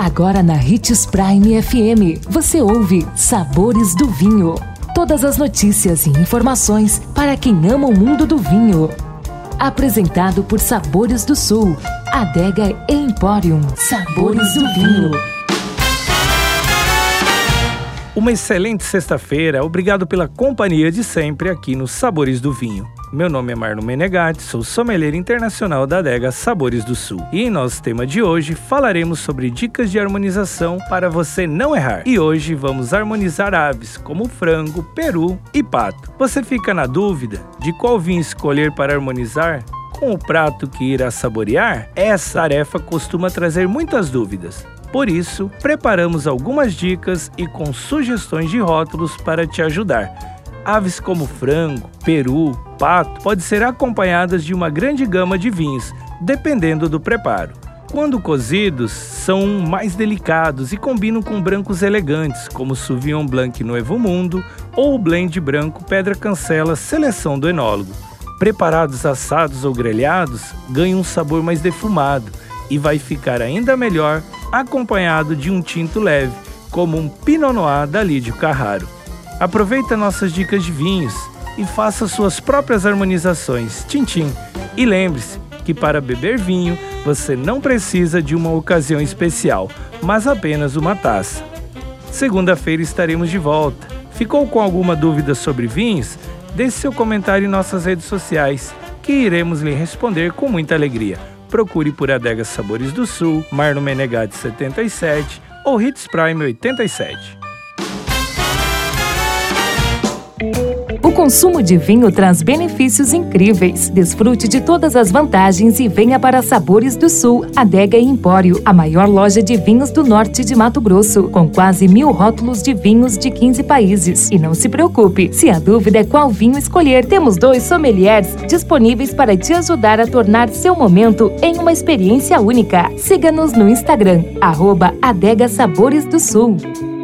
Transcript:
Agora na Hits Prime FM, você ouve Sabores do Vinho. Todas as notícias e informações para quem ama o mundo do vinho. Apresentado por Sabores do Sul, Adega Emporium. Sabores do Vinho. Uma excelente sexta-feira, obrigado pela companhia de sempre aqui no Sabores do Vinho. Meu nome é Marlon Menegatti, sou sommelier internacional da adega Sabores do Sul. E em nosso tema de hoje, falaremos sobre dicas de harmonização para você não errar. E hoje vamos harmonizar aves como frango, peru e pato. Você fica na dúvida de qual vinho escolher para harmonizar com o prato que irá saborear? Essa tarefa costuma trazer muitas dúvidas. Por isso, preparamos algumas dicas e com sugestões de rótulos para te ajudar. Aves como frango, peru, pato podem ser acompanhadas de uma grande gama de vinhos, dependendo do preparo. Quando cozidos, são mais delicados e combinam com brancos elegantes, como Sauvignon Blanc Novo Mundo ou o blend branco Pedra Cancela, seleção do enólogo. Preparados assados ou grelhados, ganham um sabor mais defumado e vai ficar ainda melhor acompanhado de um tinto leve, como um Pinot Noir da Lídio Carraro. Aproveita nossas dicas de vinhos e faça suas próprias harmonizações. Tchim! E lembre-se que para beber vinho, você não precisa de uma ocasião especial, mas apenas uma taça. Segunda-feira estaremos de volta. Ficou com alguma dúvida sobre vinhos? Deixe seu comentário em nossas redes sociais, que iremos lhe responder com muita alegria. Procure por Adega Sabores do Sul, Marlon Menegatti 77 ou Hits Prime 87. O consumo de vinho traz benefícios incríveis. Desfrute de todas as vantagens e venha para Sabores do Sul, Adega Empório, a maior loja de vinhos do norte de Mato Grosso, com quase 1000 rótulos de vinhos de 15 países. E não se preocupe, se a dúvida é qual vinho escolher, temos 2 sommeliers disponíveis para te ajudar a tornar seu momento em uma experiência única. Siga-nos no Instagram, @Adega Sabores do Sul.